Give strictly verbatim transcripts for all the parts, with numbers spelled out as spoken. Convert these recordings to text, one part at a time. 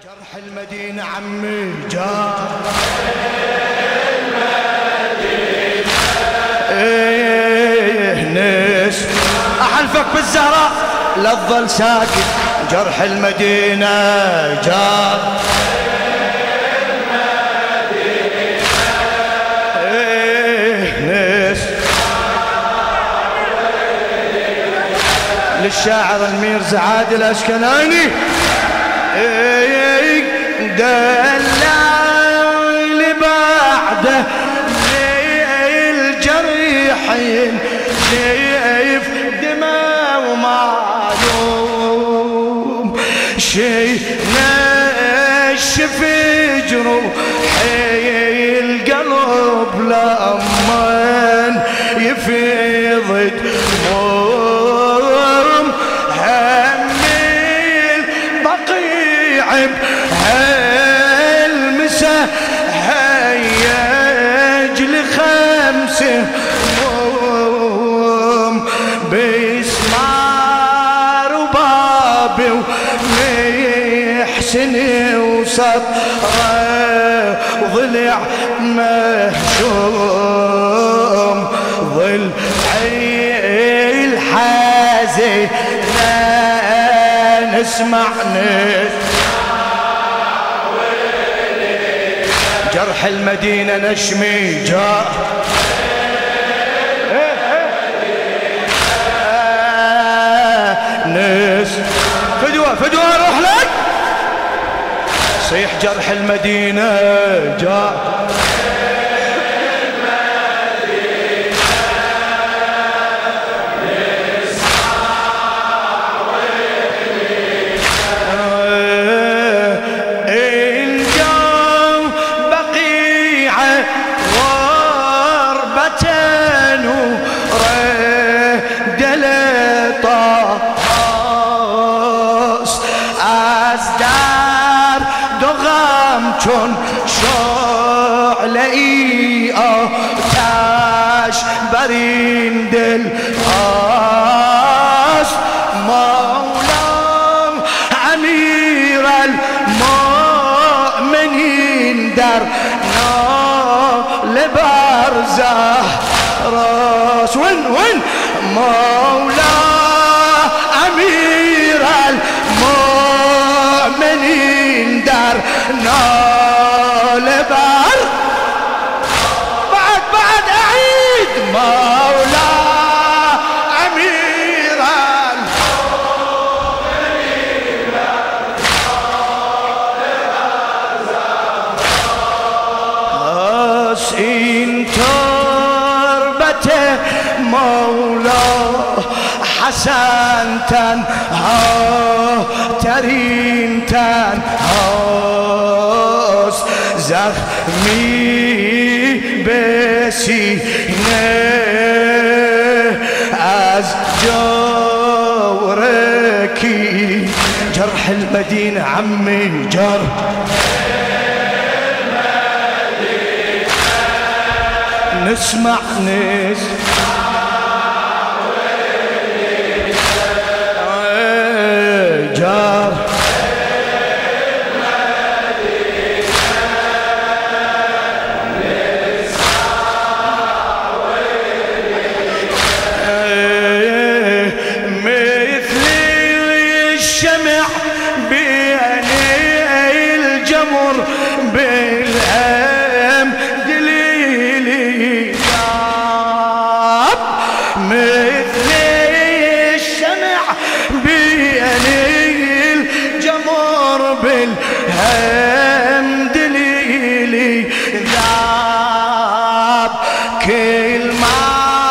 جرح المدينة عمي جرح المدينة ايه نس احلفك بالزهراء لا تظل ساكت. جرح المدينة جرح المدينة ايه نس للشاعر الميرزا عادل أشكناني. ايه دلالي بعده الجريحين شايف دماء ومعلوم شي نشف جروحي القلب لأمان يفيض دموم هميل بقيع بهالمسا هيج لخمسه بيسمار وبابي ومحسن وسطره وضلع مهشوم ظل عيل حازي لا نسمع جرح المدينة نشمي جرح نس فدوة فدوة روح لك صيح جرح المدينة جاء چون شعله‌ای آتش بر این دل است مولا امیر المؤمنین در نال برزخ راست وين وين مولا امیر المؤمنین در نال بر بعد بعد أعيد مولا أمير المؤمنين أسئن تربته مولا حسن تنها ترين تنهاس زخمی بسینه از جورکی جرح المدينة عمي جرح المدينة نسمع نسمع جرح بالهم دليلي جاب مثل الشمع بين الجمر بالهم دليلي جاب كل ما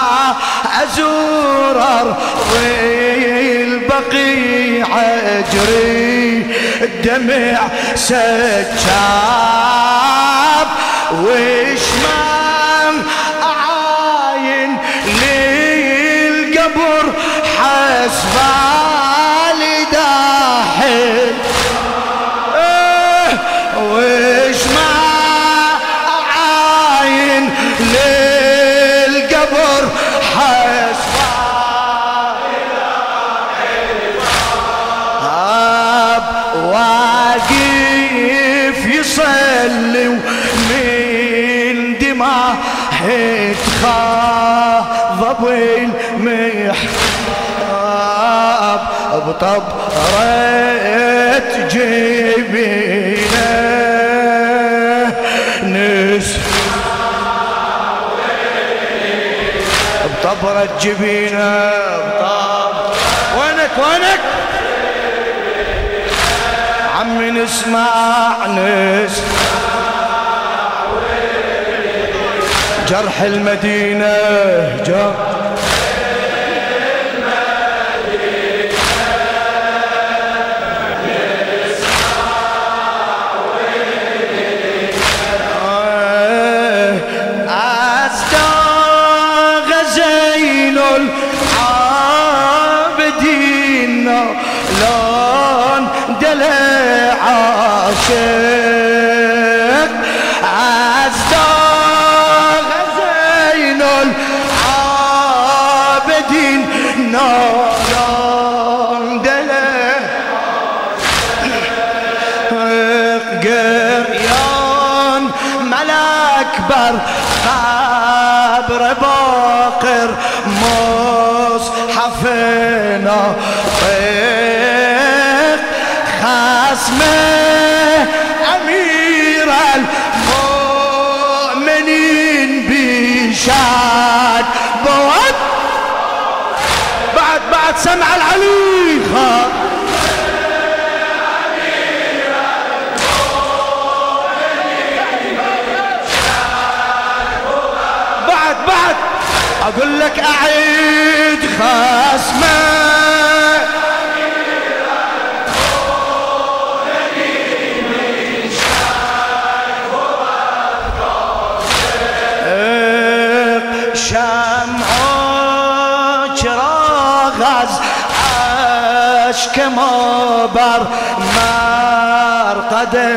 أزور أرضي البقيع أجري الدمع سجاب وش ما أعاين للقبر حسبالي داحل وش ما أعاين للقبر حسبالي داحل واقي باب المحراب بطبرة جبينه نس بطبرة جبينه بطب وينك وينك عمي نسمع نسمع جرح المدينة جرح عاشق أصدق زين العابدين نار دله قريان ملك بر قبر باقر مصحفنا خصمه أمير المؤمنين بشاد بود بعد بعد سمع العلي خاف بعد بعد أقول لك أعيد خصمه شمعك راغز عشق ما بر مرقده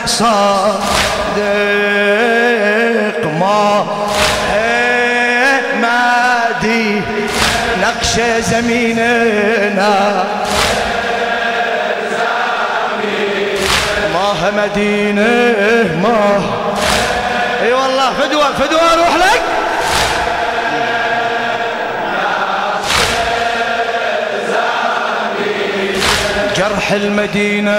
صادق ما مادي نقش زميننا ما مدينه ما اي والله فدوة فدوة اروح لك جرح المدينة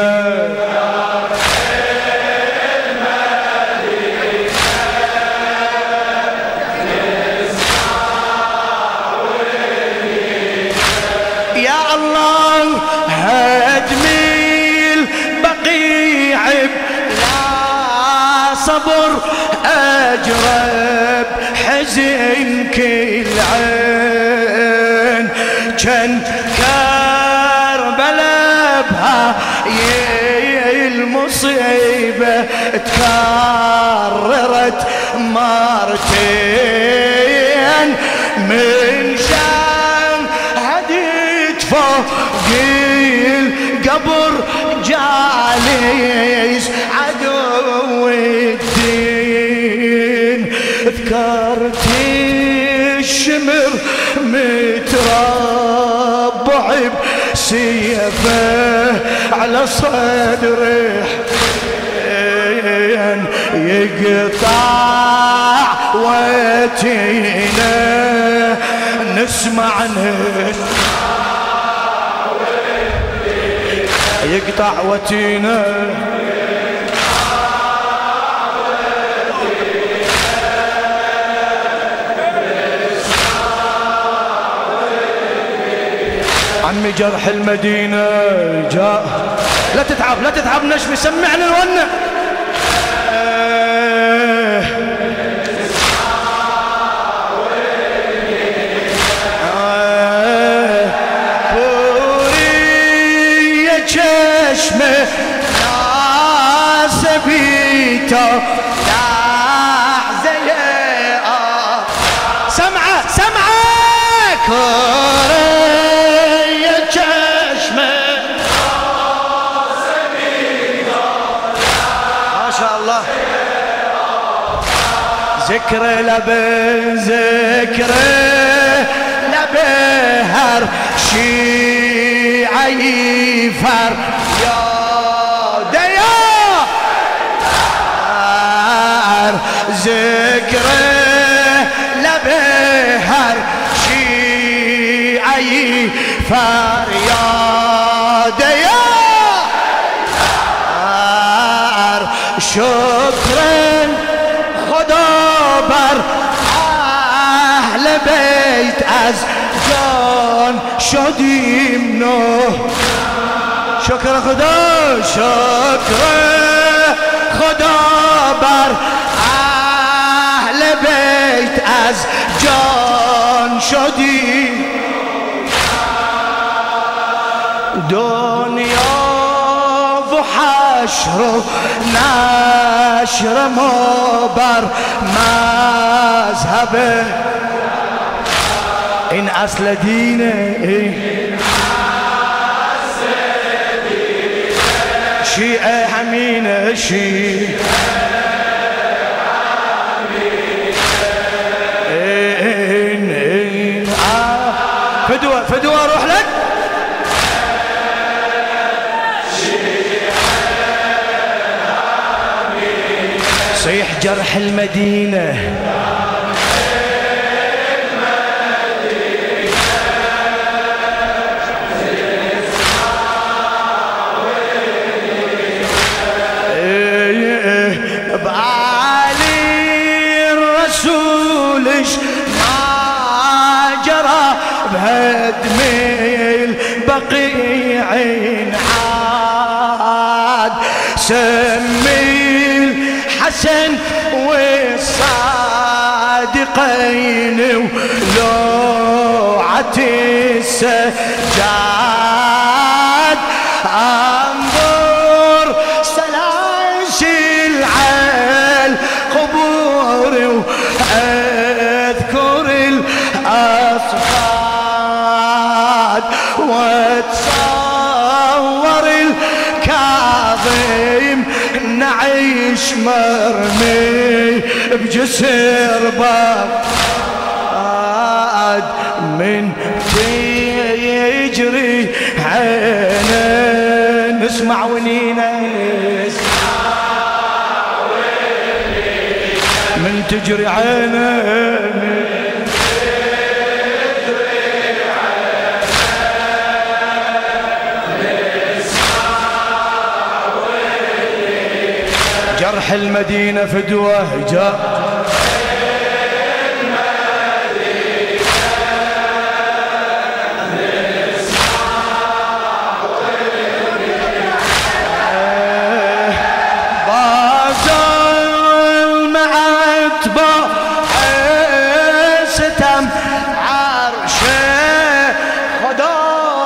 يا الله هدمي البقيع لا صبر أجرب حزن كل عين كان هاي المصيبة تكررت مرتين من شان هديت فوق القبر جالس عدو الدين ذكرت الشمر متربع سيفه على صدره يقطع وتينا نسمع يقطع وتينا عمي جرح المدينة جاء لا تتعب لا تتعب نشمي سمعنا الونة بورية چشمه ناس بيتا لحظة سمعة سمعة كورية چشمه ما شاء الله ذكر لبه ذكر لبه هر شيعة يفر يا ديار ذكر لبه هر فرياد يا شكرا خدا بر اهل بیت از جان شدیم نو شکر خدا شکر خدا بر اهل بیت از جان شدیم دنیا و حشر و نشر ما بر مذهب این اصل دینه این اصل دینه شیعه همینه شیعه این این فدوة فدوة اروح لك صيح جرح المدينة بعلي الرسولش ما جرى بهدم البقيع عاد سمي الحسن والصادقين ولوعة السجاد انظر سلاسل على القبور واذكر الاصفاد وتصور الكاظم نعيش مرمي بجسر باب من تجري عينه نسمع ونينا من تجري عينه جرح المدينة فدوة جاء بازل معتبة ستم عرشه خدا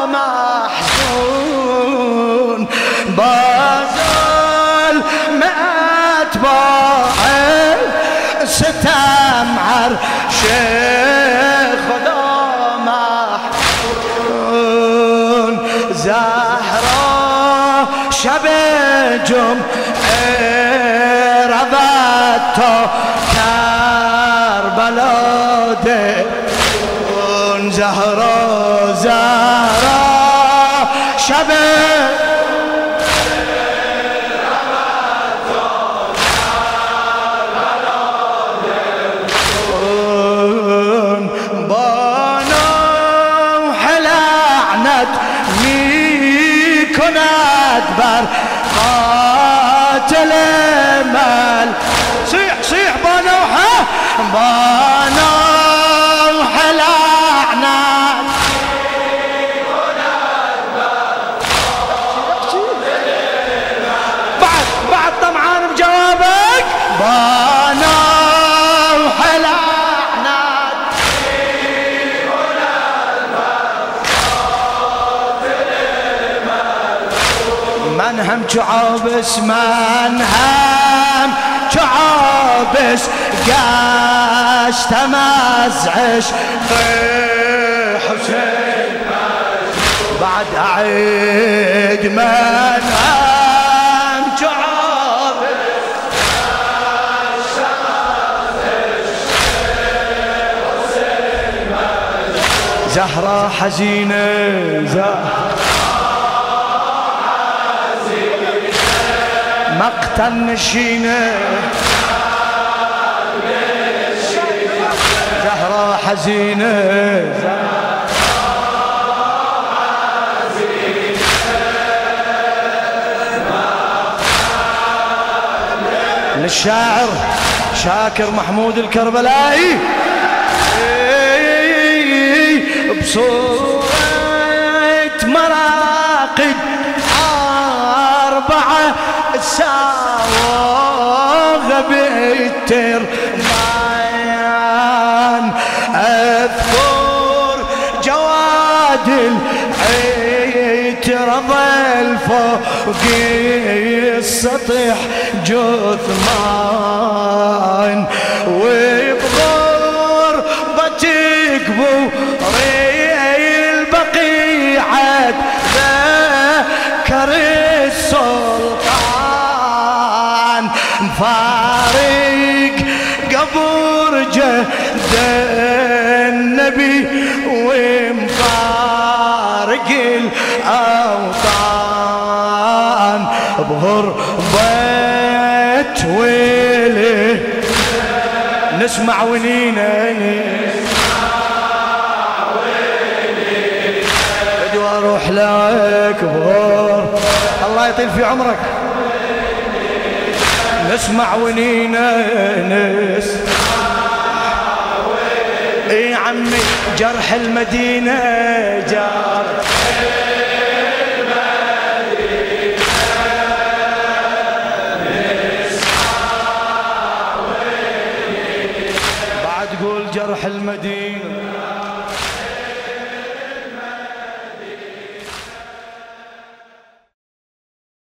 محزون بازل ستم عرشه خدا محزون زهرا شب جمعه رود تا کربلا دون زهرا زهرا شب بر قاتل مال صيح صيح بانوحة بانوحة لعنات بعد بعد طمعان بجوابك بانوحة لعنات منهم شعابس منهم شعابس قاش تمزعش حسين بعد أعيد منهم شعابس قاش تمزعش زهرة حزينة زهرة مقتل نشينه زهرة حزينة الشاعر شاكر محمود الكربلائي بصورة مراقد أربعة ساوغ بالتربان أذكر جواد العيت رضل فوق السطح جثمان وبغربتك بوري البقيعة ذكر السلطان مفارق قبر جد النبي ومفارق الأوطان بغربة ويله نسمع ونينا بدي اروح لك بغر الله يطيل في عمرك نسمع ونينا نسمع اي عمي جرح المدينة جار